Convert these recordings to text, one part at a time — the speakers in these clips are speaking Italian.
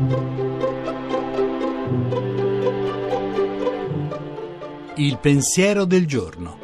Il pensiero del giorno.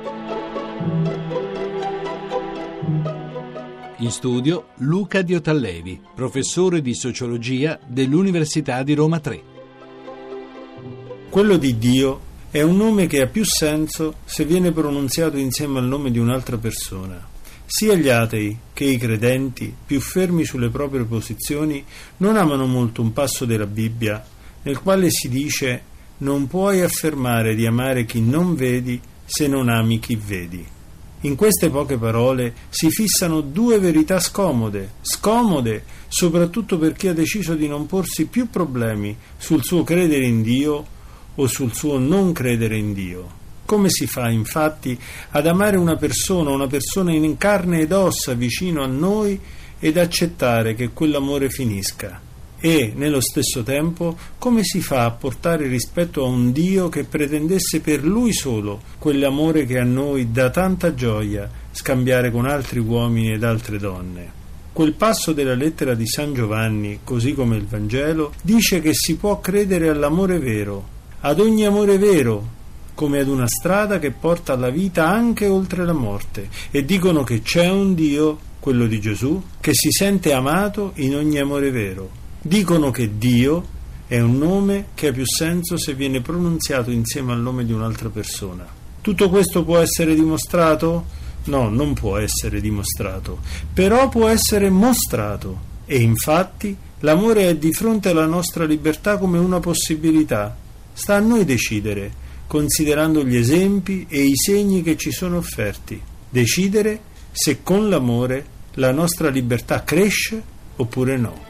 In studio Luca Diotallevi, professore di sociologia dell'Università di Roma III. Quello di Dio è un nome che ha più senso se viene pronunziato insieme al nome di un'altra persona. Sia gli atei che i credenti, più fermi sulle proprie posizioni, non amano molto un passo della Bibbia nel quale si dice: non puoi affermare di amare chi non vedi se non ami chi vedi. In queste poche parole si fissano due verità scomode soprattutto per chi ha deciso di non porsi più problemi sul suo credere in Dio o sul suo non credere in Dio. Come si fa, infatti, ad amare una persona in carne ed ossa vicino a noi ed accettare che quell'amore finisca? E, nello stesso tempo, come si fa a portare rispetto a un Dio che pretendesse per Lui solo quell'amore che a noi dà tanta gioia scambiare con altri uomini ed altre donne? Quel passo della lettera di San Giovanni, così come il Vangelo, dice che si può credere all'amore vero, ad ogni amore vero, come ad una strada che porta alla vita anche oltre la morte, e dicono che c'è un Dio, quello di Gesù, che si sente amato in ogni amore vero. Dicono che Dio è un nome che ha più senso se viene pronunziato insieme al nome di un'altra persona. Tutto questo può essere dimostrato? No, non può essere dimostrato, però può essere mostrato. E infatti l'amore è di fronte alla nostra libertà come una possibilità. Sta a noi decidere, considerando gli esempi e i segni che ci sono offerti, decidere se con l'amore la nostra libertà cresce oppure no.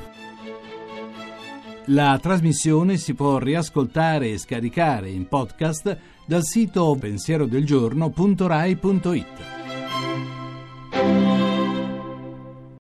La trasmissione si può riascoltare e scaricare in podcast dal sito pensierodelgiorno.rai.it.